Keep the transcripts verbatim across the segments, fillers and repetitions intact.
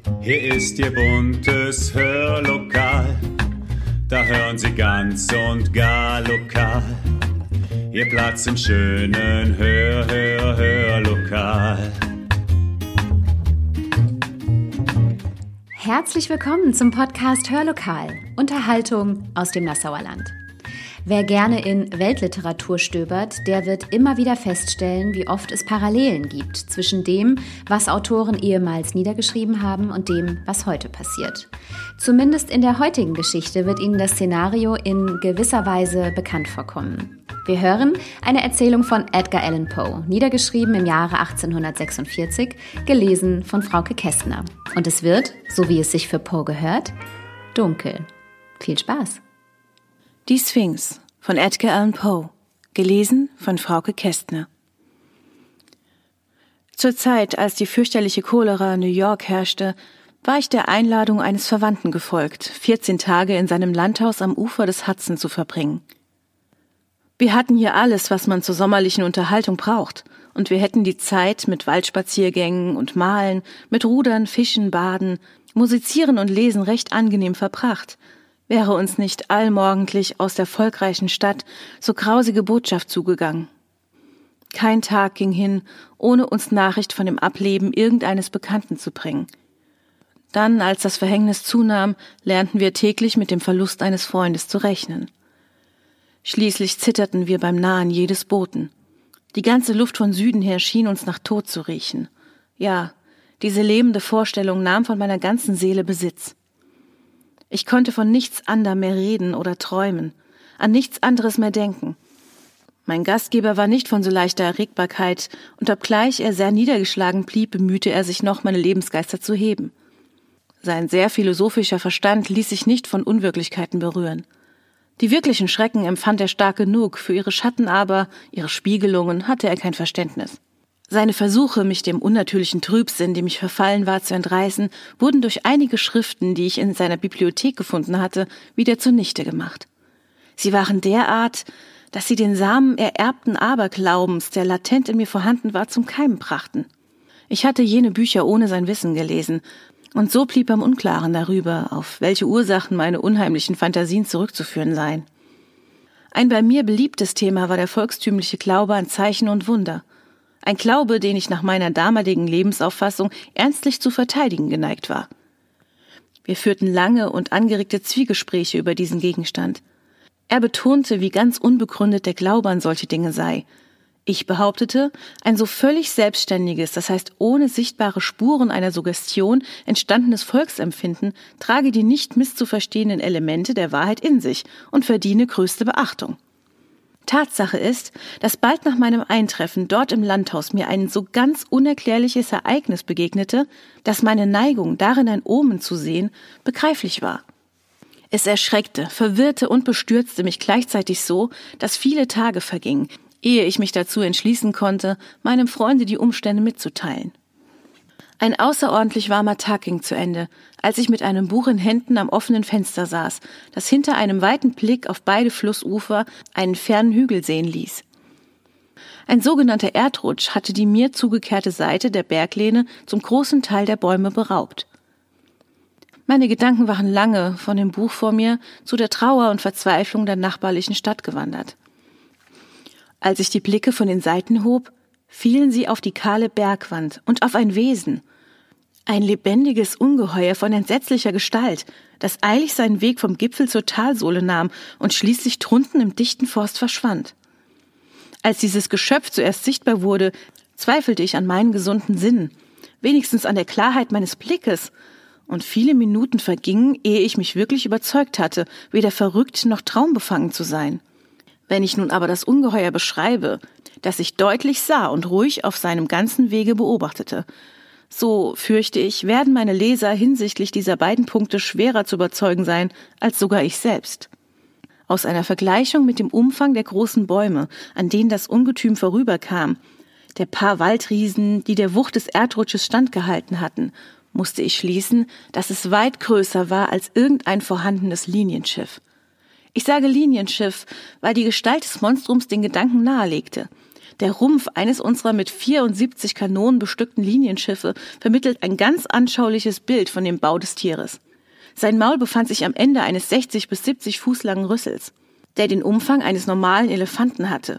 Hier ist Ihr buntes Hörlokal, da hören Sie ganz und gar lokal. Ihr Platz im schönen Hör, Hör, Hörlokal. Herzlich willkommen zum Podcast Hörlokal, Unterhaltung aus dem Nassauer Land. Wer gerne in Weltliteratur stöbert, der wird immer wieder feststellen, wie oft es Parallelen gibt zwischen dem, was Autoren ehemals niedergeschrieben haben und dem, was heute passiert. Zumindest in der heutigen Geschichte wird Ihnen das Szenario in gewisser Weise bekannt vorkommen. Wir hören eine Erzählung von Edgar Allan Poe, niedergeschrieben im Jahre achtzehnhundertsechsundvierzig, gelesen von Frauke Kästner. Und es wird, so wie es sich für Poe gehört, dunkel. Viel Spaß! Die Sphinx von Edgar Allan Poe, gelesen von Frauke Kästner. Zur Zeit, als die fürchterliche Cholera in New York herrschte, war ich der Einladung eines Verwandten gefolgt, vierzehn Tage in seinem Landhaus am Ufer des Hudson zu verbringen. Wir hatten hier alles, was man zur sommerlichen Unterhaltung braucht, und wir hätten die Zeit mit Waldspaziergängen und Malen, mit Rudern, Fischen, Baden, Musizieren und Lesen recht angenehm verbracht, wäre uns nicht allmorgendlich aus der volkreichen Stadt so grausige Botschaft zugegangen. Kein Tag ging hin, ohne uns Nachricht von dem Ableben irgendeines Bekannten zu bringen. Dann, als das Verhängnis zunahm, lernten wir täglich mit dem Verlust eines Freundes zu rechnen. Schließlich zitterten wir beim Nahen jedes Boten. Die ganze Luft von Süden her schien uns nach Tod zu riechen. Ja, diese lebende Vorstellung nahm von meiner ganzen Seele Besitz. Ich konnte von nichts anderem mehr reden oder träumen, an nichts anderes mehr denken. Mein Gastgeber war nicht von so leichter Erregbarkeit, und obgleich er sehr niedergeschlagen blieb, bemühte er sich noch, meine Lebensgeister zu heben. Sein sehr philosophischer Verstand ließ sich nicht von Unwirklichkeiten berühren. Die wirklichen Schrecken empfand er stark genug, für ihre Schatten aber, ihre Spiegelungen, hatte er kein Verständnis. Seine Versuche, mich dem unnatürlichen Trübsinn, dem ich verfallen war, zu entreißen, wurden durch einige Schriften, die ich in seiner Bibliothek gefunden hatte, wieder zunichte gemacht. Sie waren derart, dass sie den Samen ererbten Aberglaubens, der latent in mir vorhanden war, zum Keimen brachten. Ich hatte jene Bücher ohne sein Wissen gelesen, und so blieb er im Unklaren darüber, auf welche Ursachen meine unheimlichen Fantasien zurückzuführen seien. Ein bei mir beliebtes Thema war der volkstümliche Glaube an Zeichen und Wunder. Ein Glaube, den ich nach meiner damaligen Lebensauffassung ernstlich zu verteidigen geneigt war. Wir führten lange und angeregte Zwiegespräche über diesen Gegenstand. Er betonte, wie ganz unbegründet der Glaube an solche Dinge sei. Ich behauptete, ein so völlig selbstständiges, das heißt ohne sichtbare Spuren einer Suggestion entstandenes Volksempfinden trage die nicht misszuverstehenden Elemente der Wahrheit in sich und verdiene größte Beachtung. Tatsache ist, dass bald nach meinem Eintreffen dort im Landhaus mir ein so ganz unerklärliches Ereignis begegnete, dass meine Neigung, darin ein Omen zu sehen, begreiflich war. Es erschreckte, verwirrte und bestürzte mich gleichzeitig so, dass viele Tage vergingen, ehe ich mich dazu entschließen konnte, meinem Freunde die Umstände mitzuteilen. Ein außerordentlich warmer Tag ging zu Ende, als ich mit einem Buch in Händen am offenen Fenster saß, das hinter einem weiten Blick auf beide Flussufer einen fernen Hügel sehen ließ. Ein sogenannter Erdrutsch hatte die mir zugekehrte Seite der Berglehne zum großen Teil der Bäume beraubt. Meine Gedanken waren lange von dem Buch vor mir zu der Trauer und Verzweiflung der nachbarlichen Stadt gewandert. Als ich die Blicke von den Seiten hob, fielen sie auf die kahle Bergwand und auf ein Wesen, ein lebendiges Ungeheuer von entsetzlicher Gestalt, das eilig seinen Weg vom Gipfel zur Talsohle nahm und schließlich drunten im dichten Forst verschwand. Als dieses Geschöpf zuerst sichtbar wurde, zweifelte ich an meinen gesunden Sinnen, wenigstens an der Klarheit meines Blickes, und viele Minuten vergingen, ehe ich mich wirklich überzeugt hatte, weder verrückt noch traumbefangen zu sein. Wenn ich nun aber das Ungeheuer beschreibe, das ich deutlich sah und ruhig auf seinem ganzen Wege beobachtete, so, fürchte ich, werden meine Leser hinsichtlich dieser beiden Punkte schwerer zu überzeugen sein, als sogar ich selbst. Aus einer Vergleichung mit dem Umfang der großen Bäume, an denen das Ungetüm vorüberkam, der paar Waldriesen, die der Wucht des Erdrutsches standgehalten hatten, musste ich schließen, dass es weit größer war als irgendein vorhandenes Linienschiff. Ich sage Linienschiff, weil die Gestalt des Monstrums den Gedanken nahelegte. Der Rumpf eines unserer mit vierundsiebzig Kanonen bestückten Linienschiffe vermittelt ein ganz anschauliches Bild von dem Bau des Tieres. Sein Maul befand sich am Ende eines sechzig bis siebzig Fuß langen Rüssels, der den Umfang eines normalen Elefanten hatte.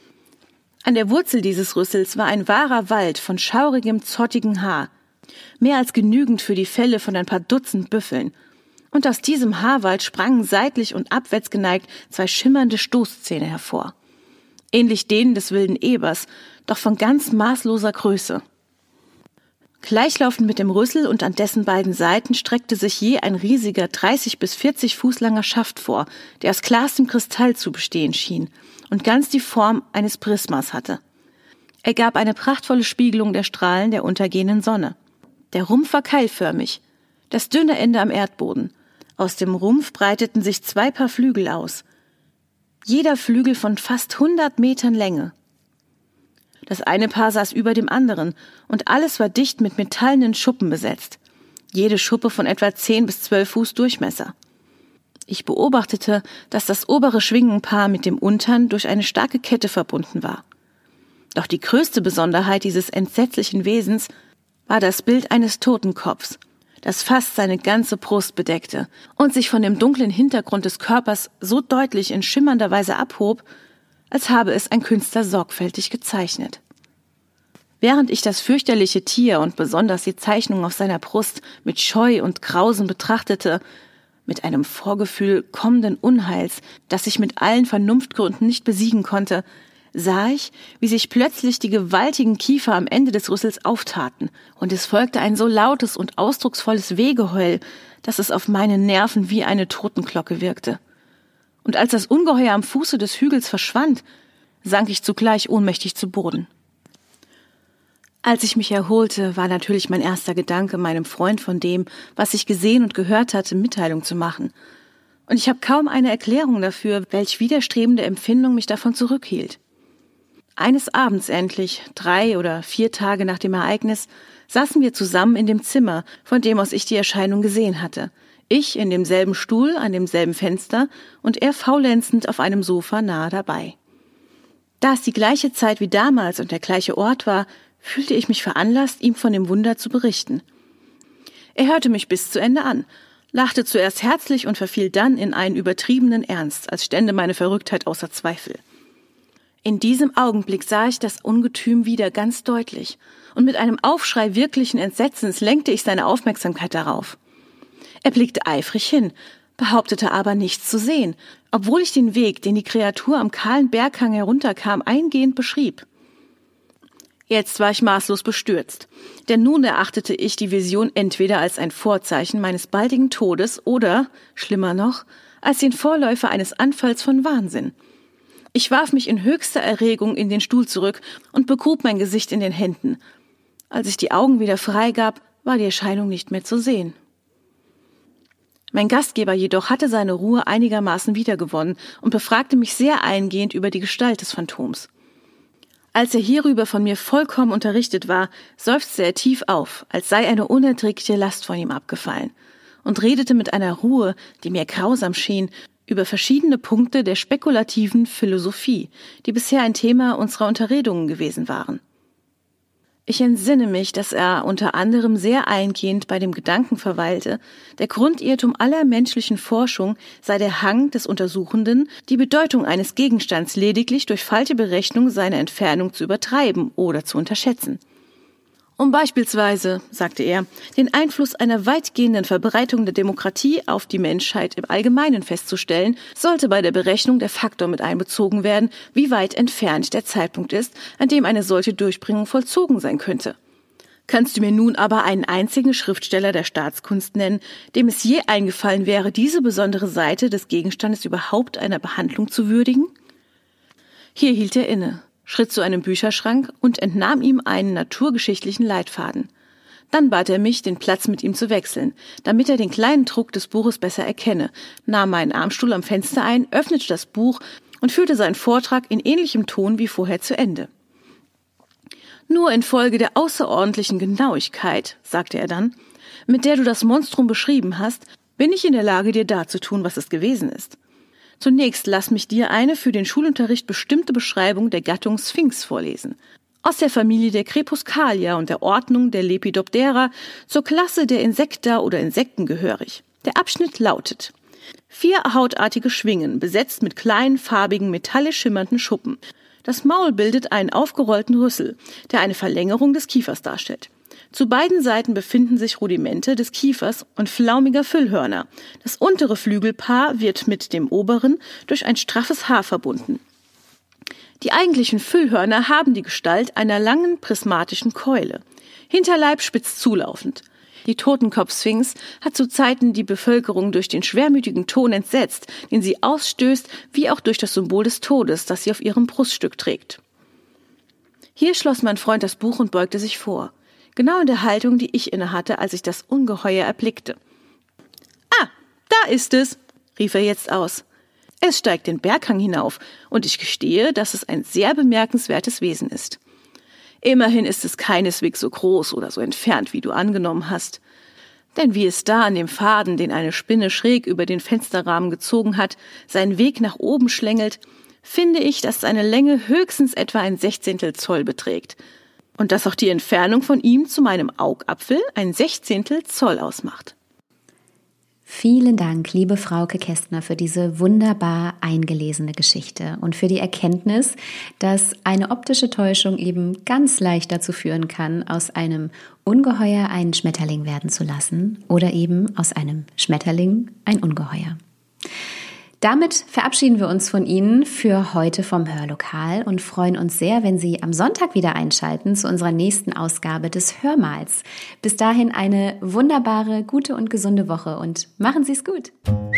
An der Wurzel dieses Rüssels war ein wahrer Wald von schaurigem, zottigem Haar, mehr als genügend für die Felle von ein paar Dutzend Büffeln. Und aus diesem Haarwald sprangen seitlich und abwärts geneigt zwei schimmernde Stoßzähne hervor. Ähnlich denen des wilden Ebers, doch von ganz maßloser Größe. Gleichlaufend mit dem Rüssel und an dessen beiden Seiten streckte sich je ein riesiger dreißig bis vierzig Fuß langer Schaft vor, der aus klarstem Kristall zu bestehen schien und ganz die Form eines Prismas hatte. Er gab eine prachtvolle Spiegelung der Strahlen der untergehenden Sonne. Der Rumpf war keilförmig, das dünne Ende am Erdboden. Aus dem Rumpf breiteten sich zwei Paar Flügel aus. Jeder Flügel von fast hundert Metern Länge. Das eine Paar saß über dem anderen und alles war dicht mit metallenen Schuppen besetzt. Jede Schuppe von etwa zehn bis zwölf Fuß Durchmesser. Ich beobachtete, dass das obere Schwingenpaar mit dem unteren durch eine starke Kette verbunden war. Doch die größte Besonderheit dieses entsetzlichen Wesens war das Bild eines Totenkopfs, das fast seine ganze Brust bedeckte und sich von dem dunklen Hintergrund des Körpers so deutlich in schimmernder Weise abhob, als habe es ein Künstler sorgfältig gezeichnet. Während ich das fürchterliche Tier und besonders die Zeichnung auf seiner Brust mit Scheu und Grausen betrachtete, mit einem Vorgefühl kommenden Unheils, das ich mit allen Vernunftgründen nicht besiegen konnte, sah ich, wie sich plötzlich die gewaltigen Kiefer am Ende des Rüssels auftaten, und es folgte ein so lautes und ausdrucksvolles Wehgeheul, dass es auf meine Nerven wie eine Totenglocke wirkte. Und als das Ungeheuer am Fuße des Hügels verschwand, sank ich zugleich ohnmächtig zu Boden. Als ich mich erholte, war natürlich mein erster Gedanke, meinem Freund von dem, was ich gesehen und gehört hatte, Mitteilung zu machen. Und ich habe kaum eine Erklärung dafür, welch widerstrebende Empfindung mich davon zurückhielt. Eines Abends endlich, drei oder vier Tage nach dem Ereignis, saßen wir zusammen in dem Zimmer, von dem aus ich die Erscheinung gesehen hatte. Ich in demselben Stuhl, an demselben Fenster und er faulenzend auf einem Sofa nahe dabei. Da es die gleiche Zeit wie damals und der gleiche Ort war, fühlte ich mich veranlasst, ihm von dem Wunder zu berichten. Er hörte mich bis zu Ende an, lachte zuerst herzlich und verfiel dann in einen übertriebenen Ernst, als stände meine Verrücktheit außer Zweifel. In diesem Augenblick sah ich das Ungetüm wieder ganz deutlich, und mit einem Aufschrei wirklichen Entsetzens lenkte ich seine Aufmerksamkeit darauf. Er blickte eifrig hin, behauptete aber nichts zu sehen, obwohl ich den Weg, den die Kreatur am kahlen Berghang herunterkam, eingehend beschrieb. Jetzt war ich maßlos bestürzt, denn nun erachtete ich die Vision entweder als ein Vorzeichen meines baldigen Todes oder, schlimmer noch, als den Vorläufer eines Anfalls von Wahnsinn. Ich warf mich in höchster Erregung in den Stuhl zurück und begrub mein Gesicht in den Händen. Als ich die Augen wieder freigab, war die Erscheinung nicht mehr zu sehen. Mein Gastgeber jedoch hatte seine Ruhe einigermaßen wiedergewonnen und befragte mich sehr eingehend über die Gestalt des Phantoms. Als er hierüber von mir vollkommen unterrichtet war, seufzte er tief auf, als sei eine unerträgliche Last von ihm abgefallen, und redete mit einer Ruhe, die mir grausam schien, über verschiedene Punkte der spekulativen Philosophie, die bisher ein Thema unserer Unterredungen gewesen waren. Ich entsinne mich, dass er unter anderem sehr eingehend bei dem Gedanken verweilte, der Grundirrtum aller menschlichen Forschung sei der Hang des Untersuchenden, die Bedeutung eines Gegenstands lediglich durch falsche Berechnung seiner Entfernung zu übertreiben oder zu unterschätzen. Um beispielsweise, sagte er, den Einfluss einer weitgehenden Verbreitung der Demokratie auf die Menschheit im Allgemeinen festzustellen, sollte bei der Berechnung der Faktor mit einbezogen werden, wie weit entfernt der Zeitpunkt ist, an dem eine solche Durchbringung vollzogen sein könnte. Kannst du mir nun aber einen einzigen Schriftsteller der Staatskunst nennen, dem es je eingefallen wäre, diese besondere Seite des Gegenstandes überhaupt einer Behandlung zu würdigen? Hier hielt er inne, schritt zu einem Bücherschrank und entnahm ihm einen naturgeschichtlichen Leitfaden. Dann bat er mich, den Platz mit ihm zu wechseln, damit er den kleinen Druck des Buches besser erkenne, nahm meinen Armstuhl am Fenster ein, öffnete das Buch und führte seinen Vortrag in ähnlichem Ton wie vorher zu Ende. Nur infolge der außerordentlichen Genauigkeit, sagte er dann, mit der du das Monstrum beschrieben hast, bin ich in der Lage, dir darzutun, was es gewesen ist. Zunächst lass mich dir eine für den Schulunterricht bestimmte Beschreibung der Gattung Sphinx vorlesen. Aus der Familie der Crepuscalia und der Ordnung der Lepidoptera zur Klasse der Insekta oder Insekten gehörig. Der Abschnitt lautet: Vier hautartige Schwingen, besetzt mit kleinen, farbigen, metallisch schimmernden Schuppen. Das Maul bildet einen aufgerollten Rüssel, der eine Verlängerung des Kiefers darstellt. Zu beiden Seiten befinden sich Rudimente des Kiefers und flaumiger Füllhörner. Das untere Flügelpaar wird mit dem oberen durch ein straffes Haar verbunden. Die eigentlichen Füllhörner haben die Gestalt einer langen prismatischen Keule. Hinterleib spitz zulaufend. Die Totenkopfsphinx hat zu Zeiten die Bevölkerung durch den schwermütigen Ton entsetzt, den sie ausstößt, wie auch durch das Symbol des Todes, das sie auf ihrem Bruststück trägt. Hier schloss mein Freund das Buch und beugte sich vor. Genau in der Haltung, die ich innehatte, als ich das Ungeheuer erblickte. »Ah, da ist es«, rief er jetzt aus. Es steigt den Berghang hinauf, und ich gestehe, dass es ein sehr bemerkenswertes Wesen ist. Immerhin ist es keineswegs so groß oder so entfernt, wie du angenommen hast. Denn wie es da an dem Faden, den eine Spinne schräg über den Fensterrahmen gezogen hat, seinen Weg nach oben schlängelt, finde ich, dass seine Länge höchstens etwa ein Sechzehntel Zoll beträgt und dass auch die Entfernung von ihm zu meinem Augapfel ein Sechzehntel Zoll ausmacht. Vielen Dank, liebe Frauke Kästner, für diese wunderbar eingelesene Geschichte und für die Erkenntnis, dass eine optische Täuschung eben ganz leicht dazu führen kann, aus einem Ungeheuer einen Schmetterling werden zu lassen oder eben aus einem Schmetterling ein Ungeheuer. Damit verabschieden wir uns von Ihnen für heute vom Hörlokal und freuen uns sehr, wenn Sie am Sonntag wieder einschalten zu unserer nächsten Ausgabe des Hörmals. Bis dahin eine wunderbare, gute und gesunde Woche und machen Sie es gut!